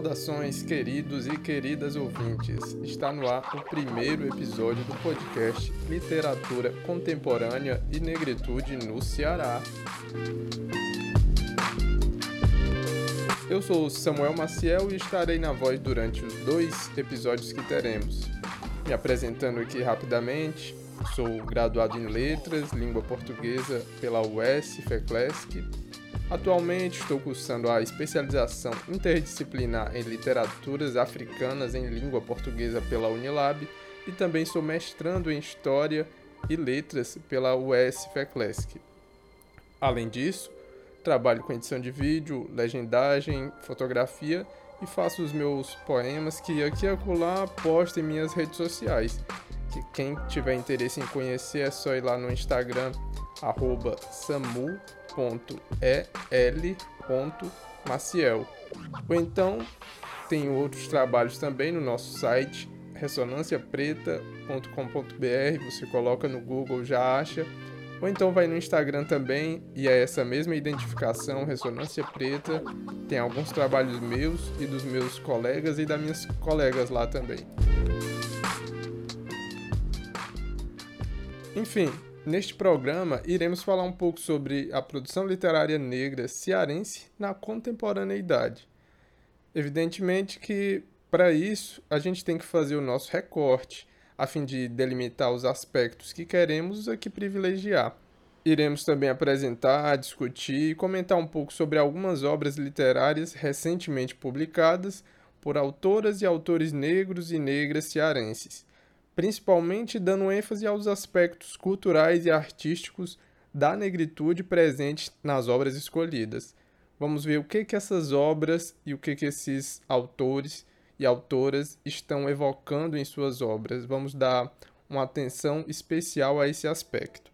Saudações, queridos e queridas ouvintes. Está no ar o primeiro episódio do podcast Literatura Contemporânea e Negritude no Ceará. Eu sou Samuel Maciel e estarei na voz durante os 2 episódios que teremos. Me apresentando aqui rapidamente, sou graduado em Letras, Língua Portuguesa pela UES FECLESC. Atualmente estou cursando a especialização interdisciplinar em literaturas africanas em língua portuguesa pela Unilab e também sou mestrando em História e Letras pela UES FECLESC. Além disso, trabalho com edição de vídeo, legendagem, fotografia e faço os meus poemas que aqui e acolá posto em minhas redes sociais. Que quem tiver interesse em conhecer é só ir lá no Instagram @samu.el.maciel. Ou então tem outros trabalhos também no nosso site ressonânciapreta.com.br, você coloca no Google, já acha. Ou então vai no Instagram também e é essa mesma identificação, Ressonância Preta. Tem alguns trabalhos meus e dos meus colegas e das minhas colegas lá também. Enfim, neste programa iremos falar um pouco sobre a produção literária negra cearense na contemporaneidade. Evidentemente que, para isso, a gente tem que fazer o nosso recorte, a fim de delimitar os aspectos que queremos aqui privilegiar. Iremos também apresentar, discutir e comentar um pouco sobre algumas obras literárias recentemente publicadas por autoras e autores negros e negras cearenses, principalmente dando ênfase aos aspectos culturais e artísticos da negritude presente nas obras escolhidas. Vamos ver o que essas obras e o que esses autores e autoras estão evocando em suas obras. Vamos dar uma atenção especial a esse aspecto.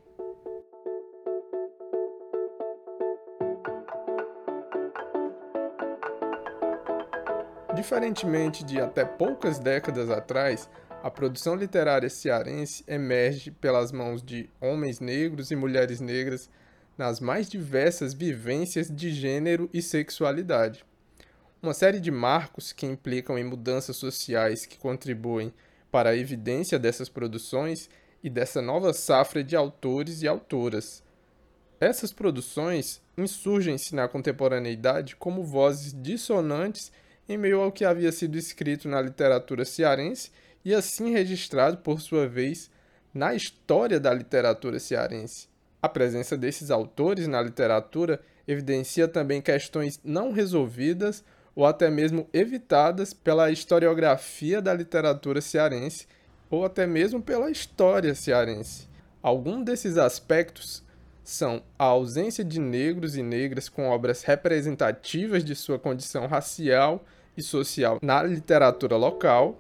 Diferentemente de até poucas décadas atrás, a produção literária cearense emerge pelas mãos de homens negros e mulheres negras nas mais diversas vivências de gênero e sexualidade. Uma série de marcos que implicam em mudanças sociais que contribuem para a evidência dessas produções e dessa nova safra de autores e autoras. Essas produções insurgem-se na contemporaneidade como vozes dissonantes em meio ao que havia sido escrito na literatura cearense e assim registrado, por sua vez, na história da literatura cearense. A presença desses autores na literatura evidencia também questões não resolvidas ou até mesmo evitadas pela historiografia da literatura cearense ou até mesmo pela história cearense. Alguns desses aspectos são a ausência de negros e negras com obras representativas de sua condição racial e social na literatura local,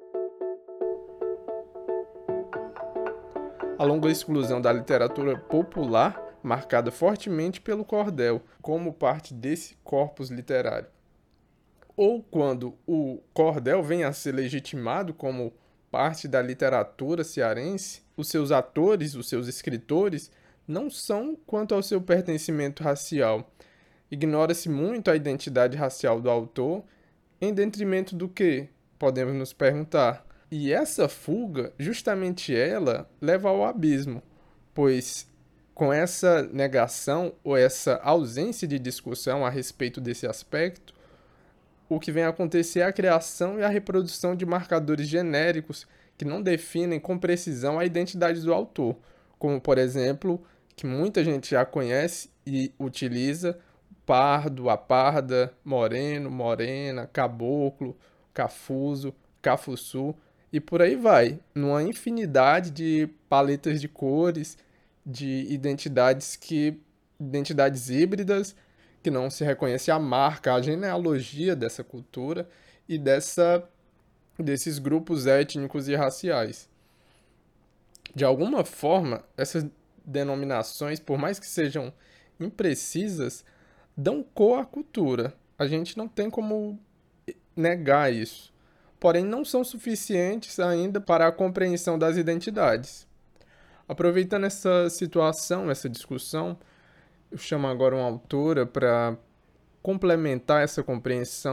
a longa exclusão da literatura popular, marcada fortemente pelo cordel, como parte desse corpus literário. Ou quando o cordel vem a ser legitimado como parte da literatura cearense, os seus atores, os seus escritores, não são quanto ao seu pertencimento racial. Ignora-se muito a identidade racial do autor, em detrimento do que, podemos nos perguntar. E essa fuga, justamente ela, leva ao abismo, pois com essa negação ou essa ausência de discussão a respeito desse aspecto, o que vem a acontecer é a criação e a reprodução de marcadores genéricos que não definem com precisão a identidade do autor, como, por exemplo, que muita gente já conhece e utiliza, pardo, a parda, moreno, morena, caboclo, cafuso, cafuçu, e por aí vai, numa infinidade de paletas de cores, de identidades híbridas, que não se reconhece a marca, a genealogia dessa cultura e desses grupos étnicos e raciais. De alguma forma, essas denominações, por mais que sejam imprecisas, dão cor à cultura. A gente não tem como negar isso. Porém, não são suficientes ainda para a compreensão das identidades. Aproveitando essa situação, essa discussão, eu chamo agora uma autora para complementar essa compreensão,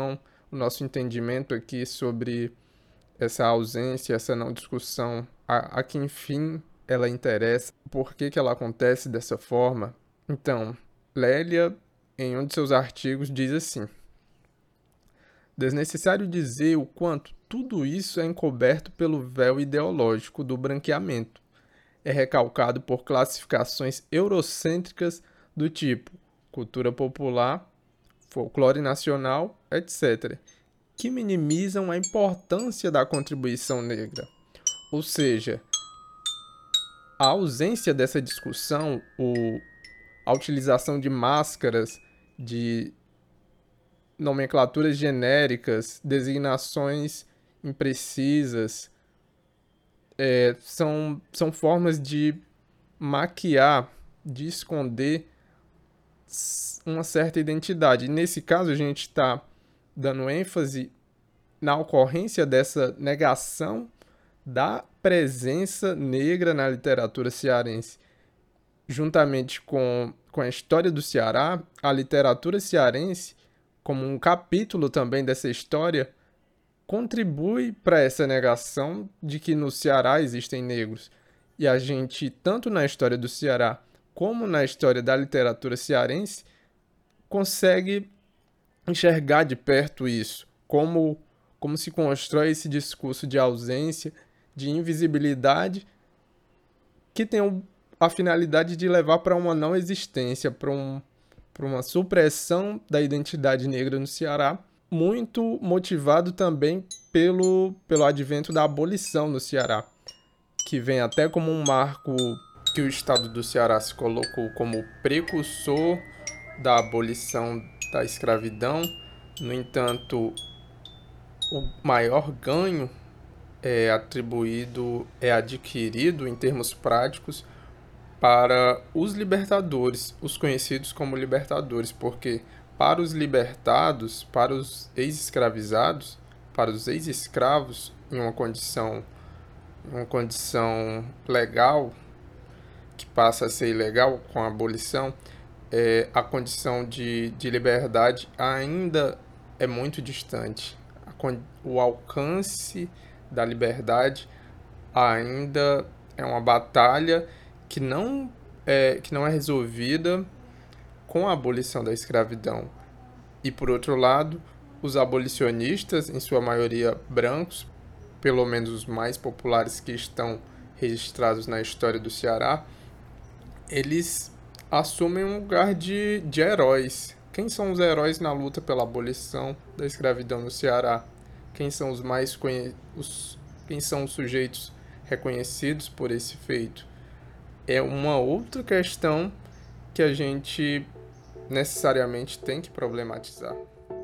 o nosso entendimento aqui sobre essa ausência, essa não discussão, a que enfim ela interessa, por que ela acontece dessa forma. Então, Lélia, em um de seus artigos, diz assim: desnecessário dizer o quanto tudo isso é encoberto pelo véu ideológico do branqueamento. É recalcado por classificações eurocêntricas do tipo cultura popular, folclore nacional, etc., que minimizam a importância da contribuição negra. Ou seja, a ausência dessa discussão, a utilização de máscaras, de nomenclaturas genéricas, designações imprecisas, são formas de maquiar, de esconder uma certa identidade. E nesse caso, a gente está dando ênfase na ocorrência dessa negação da presença negra na literatura cearense. Juntamente com a história do Ceará, a literatura cearense, como um capítulo também dessa história, contribui para essa negação de que no Ceará existem negros. E a gente, tanto na história do Ceará como na história da literatura cearense, consegue enxergar de perto isso, como se constrói esse discurso de ausência, de invisibilidade, que tem a finalidade de levar para uma não existência, para uma supressão da identidade negra no Ceará, muito motivado também pelo advento da abolição no Ceará, que vem até como um marco que o estado do Ceará se colocou como precursor da abolição da escravidão. No entanto, o maior ganho é adquirido em termos práticos para os libertadores, os conhecidos como libertadores, porque para os libertados, para os ex-escravizados, para os ex-escravos em uma condição legal, que passa a ser ilegal com a abolição, a condição de liberdade ainda é muito distante. O alcance da liberdade ainda é uma batalha que não é resolvida com a abolição da escravidão. E, por outro lado, os abolicionistas, em sua maioria brancos, pelo menos os mais populares que estão registrados na história do Ceará, eles assumem um lugar de heróis. Quem são os heróis na luta pela abolição da escravidão no Ceará? Quem são quem são os sujeitos reconhecidos por esse feito? É uma outra questão que a gente necessariamente tem que problematizar.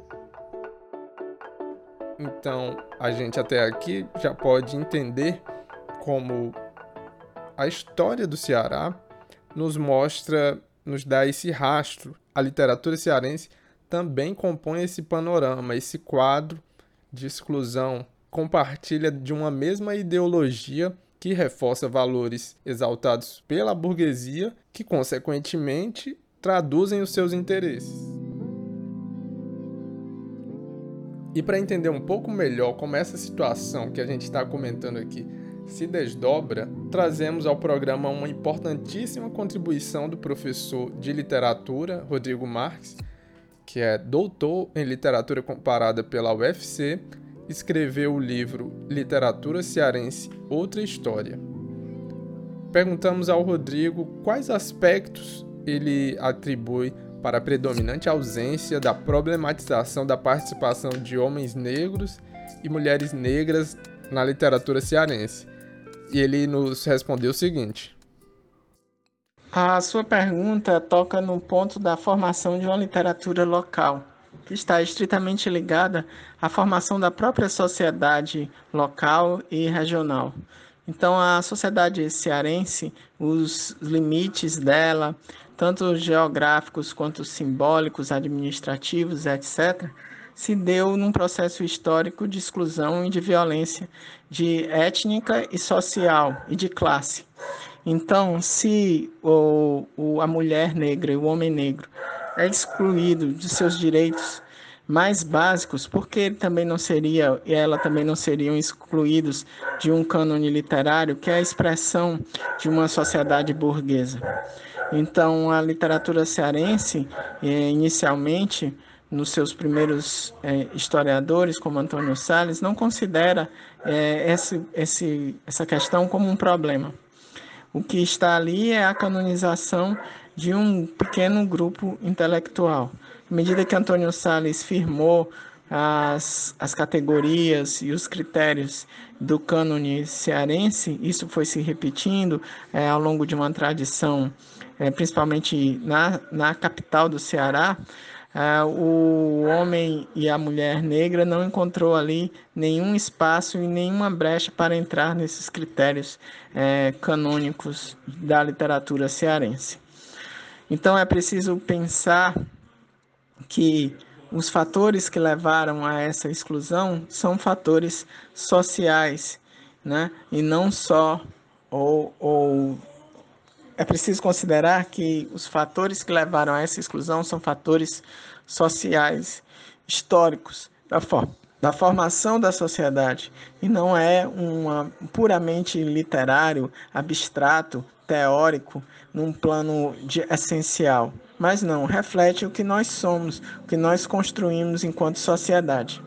Então, a gente até aqui já pode entender como a história do Ceará nos dá esse rastro. A literatura cearense também compõe esse panorama, esse quadro de exclusão, compartilha de uma mesma ideologia que reforça valores exaltados pela burguesia, que, consequentemente, traduzem os seus interesses. E para entender um pouco melhor como essa situação que a gente está comentando aqui se desdobra, trazemos ao programa uma importantíssima contribuição do professor de literatura, Rodrigo Marques, que é doutor em literatura comparada pela UFC, escreveu o livro Literatura Cearense, Outra História. Perguntamos ao Rodrigo quais aspectos ele atribui para a predominante ausência da problematização da participação de homens negros e mulheres negras na literatura cearense. E ele nos respondeu o seguinte: a sua pergunta toca no ponto da formação de uma literatura local, que está estritamente ligada à formação da própria sociedade local e regional. Então, a sociedade cearense, os limites dela, tanto geográficos quanto simbólicos, administrativos, etc., se deu num processo histórico de exclusão e de violência de étnica e social e de classe. Então, se a mulher negra e o homem negro é excluído de seus direitos mais básicos, porque ela também não seriam excluídos de um cânone literário, que é a expressão de uma sociedade burguesa. Então, a literatura cearense, inicialmente, nos seus primeiros historiadores, como Antônio Salles, não considera essa questão como um problema. O que está ali é a canonização de um pequeno grupo intelectual. À medida que Antônio Salles firmou as categorias e os critérios do cânone cearense, isso foi se repetindo ao longo de uma tradição, principalmente na capital do Ceará. O homem e a mulher negra não encontrou ali nenhum espaço e nenhuma brecha para entrar nesses critérios canônicos da literatura cearense. Então é preciso pensar que os fatores que levaram a essa exclusão são fatores sociais, né? E não só é preciso considerar que os fatores que levaram a essa exclusão são fatores sociais, históricos, da formação da sociedade, e não é puramente literário, abstrato, teórico, num plano essencial. Mas não, reflete o que nós somos, o que nós construímos enquanto sociedade.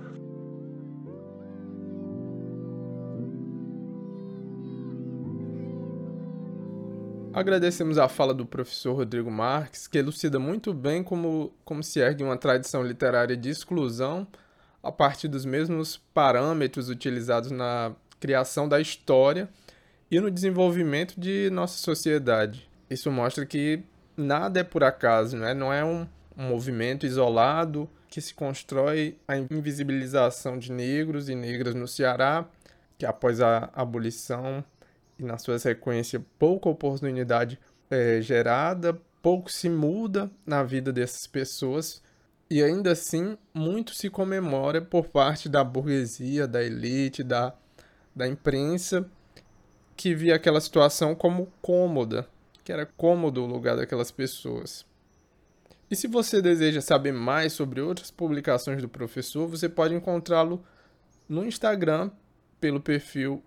Agradecemos a fala do professor Rodrigo Marques, que elucida muito bem como se ergue uma tradição literária de exclusão a partir dos mesmos parâmetros utilizados na criação da história e no desenvolvimento de nossa sociedade. Isso mostra que nada é por acaso, né? Não é um movimento isolado que se constrói a invisibilização de negros e negras no Ceará, que após a abolição e na sua sequência pouca oportunidade gerada, pouco se muda na vida dessas pessoas e ainda assim muito se comemora por parte da burguesia, da elite, da imprensa, que via aquela situação como cômoda, que era cômodo o lugar daquelas pessoas. E se você deseja saber mais sobre outras publicações do professor, você pode encontrá-lo no Instagram pelo perfil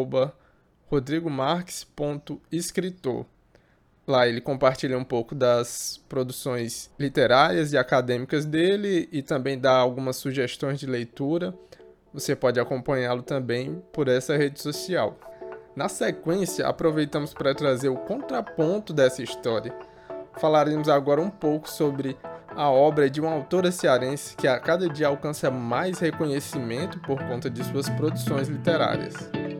@rodrigomarques.escritor. Lá ele compartilha um pouco das produções literárias e acadêmicas dele e também dá algumas sugestões de leitura. Você pode acompanhá-lo também por essa rede social. Na sequência, aproveitamos para trazer o contraponto dessa história. Falaremos agora um pouco sobre a obra de uma autora cearense que a cada dia alcança mais reconhecimento por conta de suas produções literárias.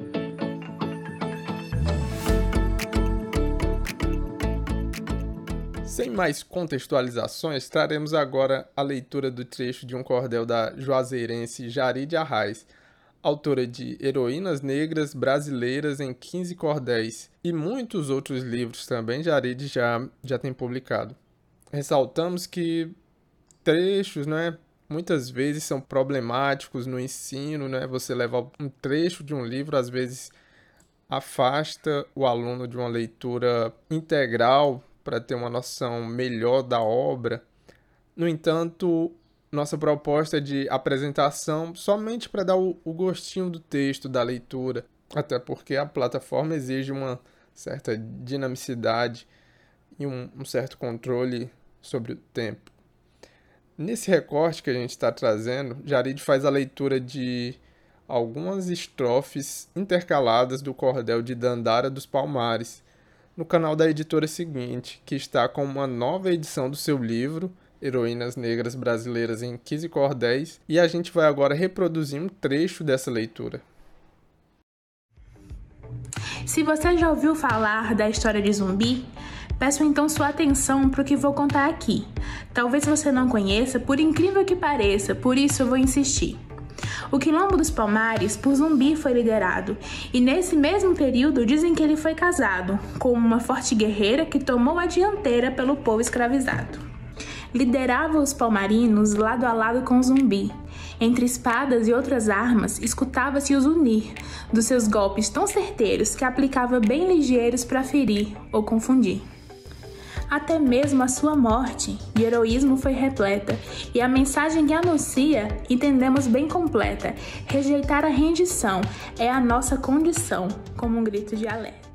Sem mais contextualizações, traremos agora a leitura do trecho de um cordel da juazeirense Jaride Arraes, autora de Heroínas Negras Brasileiras em 15 Cordéis e muitos outros livros também Jaride já tem publicado. Ressaltamos que trechos, muitas vezes são problemáticos no ensino, Você levar um trecho de um livro, às vezes afasta o aluno de uma leitura integral para ter uma noção melhor da obra. No entanto, nossa proposta é de apresentação somente para dar o gostinho do texto, da leitura, até porque a plataforma exige uma certa dinamicidade e um certo controle sobre o tempo. Nesse recorte que a gente está trazendo, Jaride faz a leitura de algumas estrofes intercaladas do cordel de Dandara dos Palmares, no canal da editora seguinte, que está com uma nova edição do seu livro, Heroínas Negras Brasileiras em 15 Cordéis, e a gente vai agora reproduzir um trecho dessa leitura. Se você já ouviu falar da história de Zumbi, peço então sua atenção para o que vou contar aqui. Talvez você não conheça, por incrível que pareça, por isso eu vou insistir. O Quilombo dos Palmares por Zumbi foi liderado, e nesse mesmo período dizem que ele foi casado com uma forte guerreira que tomou a dianteira pelo povo escravizado. Liderava os palmarinos lado a lado com Zumbi. Entre espadas e outras armas, escutava-se os unir dos seus golpes tão certeiros que aplicava bem ligeiros para ferir ou confundir. até mesmo a sua morte de heroísmo foi repleta, e a mensagem que anuncia entendemos bem completa: rejeitar a rendição é a nossa condição, como um grito de alerta.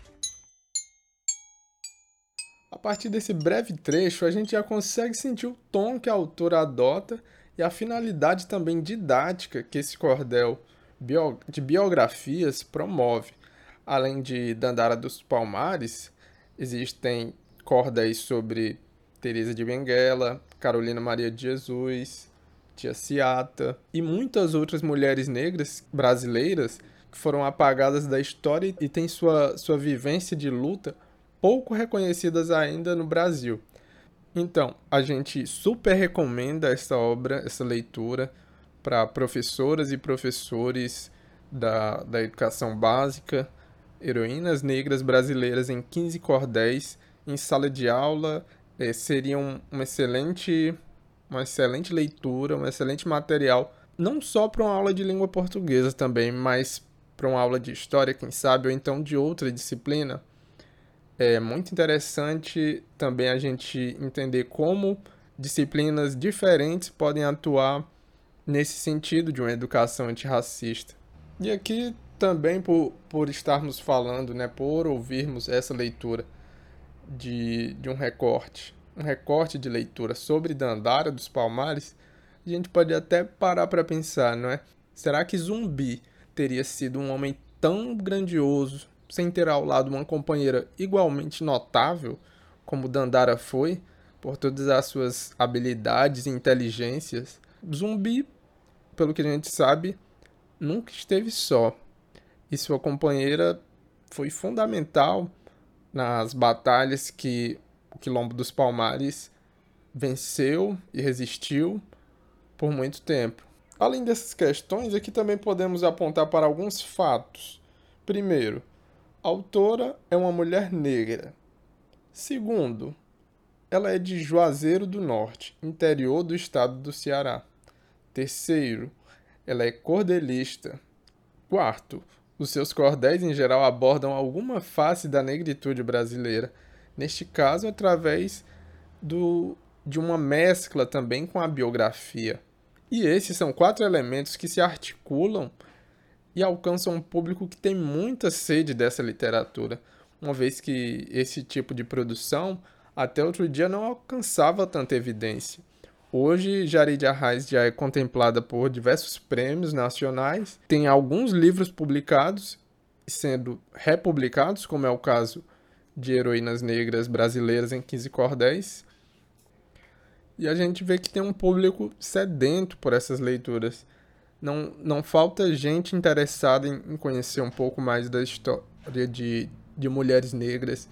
A partir desse breve trecho, a gente já consegue sentir o tom que a autora adota e a finalidade também didática que esse cordel de biografias promove. Além de Dandara dos Palmares, existem cordéis sobre Teresa de Benguela, Carolina Maria de Jesus, Tia Ciata e muitas outras mulheres negras brasileiras que foram apagadas da história e têm sua vivência de luta pouco reconhecidas ainda no Brasil. Então, a gente super recomenda essa obra, essa leitura, para professoras e professores da educação básica, heroínas negras brasileiras em 15 cordéis, em sala de aula, seria uma excelente leitura, um excelente material, não só para uma aula de língua portuguesa também, mas para uma aula de história, quem sabe, ou então de outra disciplina. É muito interessante também a gente entender como disciplinas diferentes podem atuar nesse sentido de uma educação antirracista. E aqui também por estarmos falando, né, por ouvirmos essa leitura de um recorte de leitura sobre Dandara dos Palmares, a gente pode até parar para pensar, não é? Será que Zumbi teria sido um homem tão grandioso sem ter ao lado uma companheira igualmente notável como Dandara foi, por todas as suas habilidades e inteligências? Zumbi, pelo que a gente sabe, nunca esteve só, e sua companheira foi fundamental nas batalhas que o Quilombo dos Palmares venceu e resistiu por muito tempo. Além dessas questões, aqui também podemos apontar para alguns fatos. Primeiro, a autora é uma mulher negra. Segundo, ela é de Juazeiro do Norte, interior do estado do Ceará. Terceiro, ela é cordelista. Quarto, os seus cordéis em geral abordam alguma face da negritude brasileira, neste caso através de uma mescla também com a biografia. E esses são 4 elementos que se articulam e alcançam um público que tem muita sede dessa literatura, uma vez que esse tipo de produção até outro dia não alcançava tanta evidência. Hoje, Jari de Arraes já é contemplada por diversos prêmios nacionais, tem alguns livros publicados, sendo republicados, como é o caso de Heroínas Negras Brasileiras em 15 Cordéis, e a gente vê que tem um público sedento por essas leituras. Não falta gente interessada em conhecer um pouco mais da história de mulheres negras,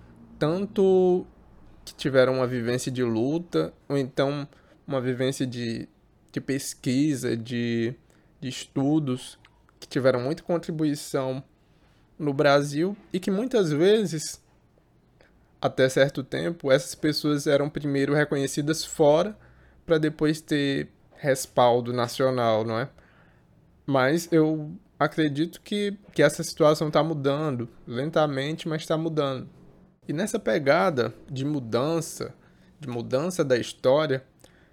tanto que tiveram uma vivência de luta, ou então uma vivência de pesquisa, de estudos, que tiveram muita contribuição no Brasil e que muitas vezes, até certo tempo, essas pessoas eram primeiro reconhecidas fora para depois ter respaldo nacional, não é? Mas eu acredito que essa situação está mudando, lentamente, mas está mudando. E nessa pegada de mudança da história,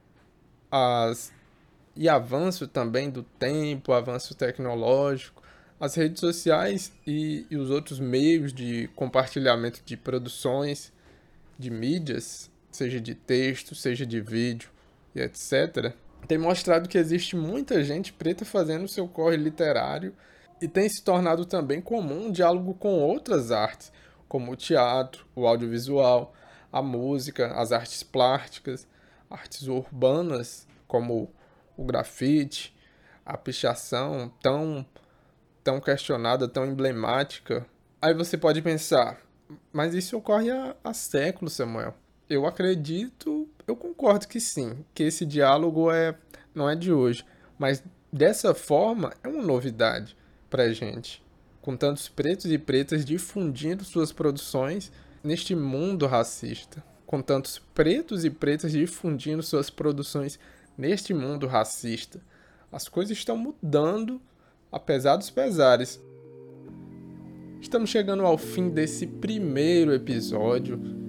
e avanço também do tempo, avanço tecnológico, as redes sociais e os outros meios de compartilhamento de produções, de mídias, seja de texto, seja de vídeo e etc., tem mostrado que existe muita gente preta fazendo seu corre literário e tem se tornado também comum um diálogo com outras artes, como o teatro, o audiovisual, a música, as artes plásticas, artes urbanas, como o grafite, a pichação tão questionada, tão emblemática. Aí você pode pensar, mas isso ocorre há séculos, Samuel. Eu concordo que sim, que esse diálogo não é de hoje, mas dessa forma é uma novidade pra gente, com tantos pretos e pretas difundindo suas produções neste mundo racista, com tantos pretos e pretas difundindo suas produções neste mundo racista. As coisas estão mudando, apesar dos pesares. Estamos chegando ao fim desse primeiro episódio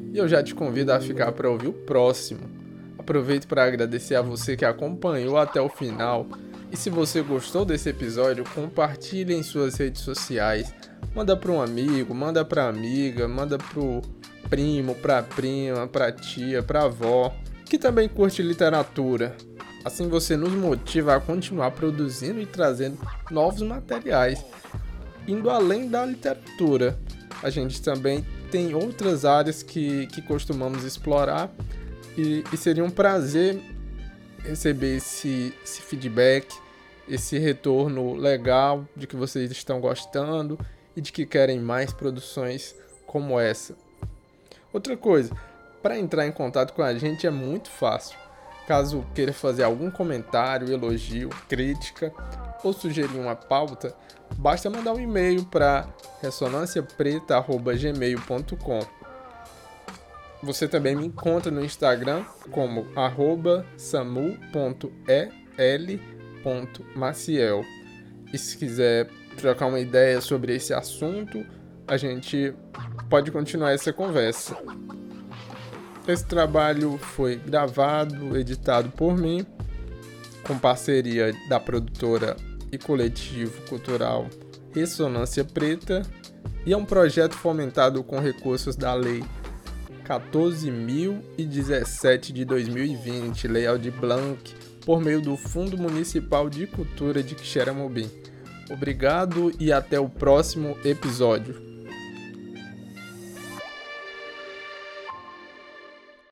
E eu já te convido a ficar para ouvir o próximo. Aproveito para agradecer a você que acompanhou até o final. E se você gostou desse episódio, compartilhe em suas redes sociais. Manda para um amigo, manda para amiga, manda pro primo, pra prima, pra tia, pra avó, que também curte literatura. Assim você nos motiva a continuar produzindo e trazendo novos materiais, indo além da literatura. A gente também tem outras áreas que costumamos explorar e seria um prazer receber esse feedback, esse retorno legal de que vocês estão gostando e de que querem mais produções como essa. Outra coisa, para entrar em contato com a gente é muito fácil. Caso queira fazer algum comentário, elogio, crítica ou sugerir uma pauta, basta mandar um e-mail para ressonanciapreta@gmail.com. Você também me encontra no Instagram como @samu.el.maciel. E se quiser trocar uma ideia sobre esse assunto, a gente pode continuar essa conversa. Esse trabalho foi gravado, editado por mim, com parceria da produtora e coletivo cultural Ressonância Preta, e é um projeto fomentado com recursos da Lei 14.017 de 2020, Lei Aldir Blanc, por meio do Fundo Municipal de Cultura de Quixeramobim. Obrigado e até o próximo episódio.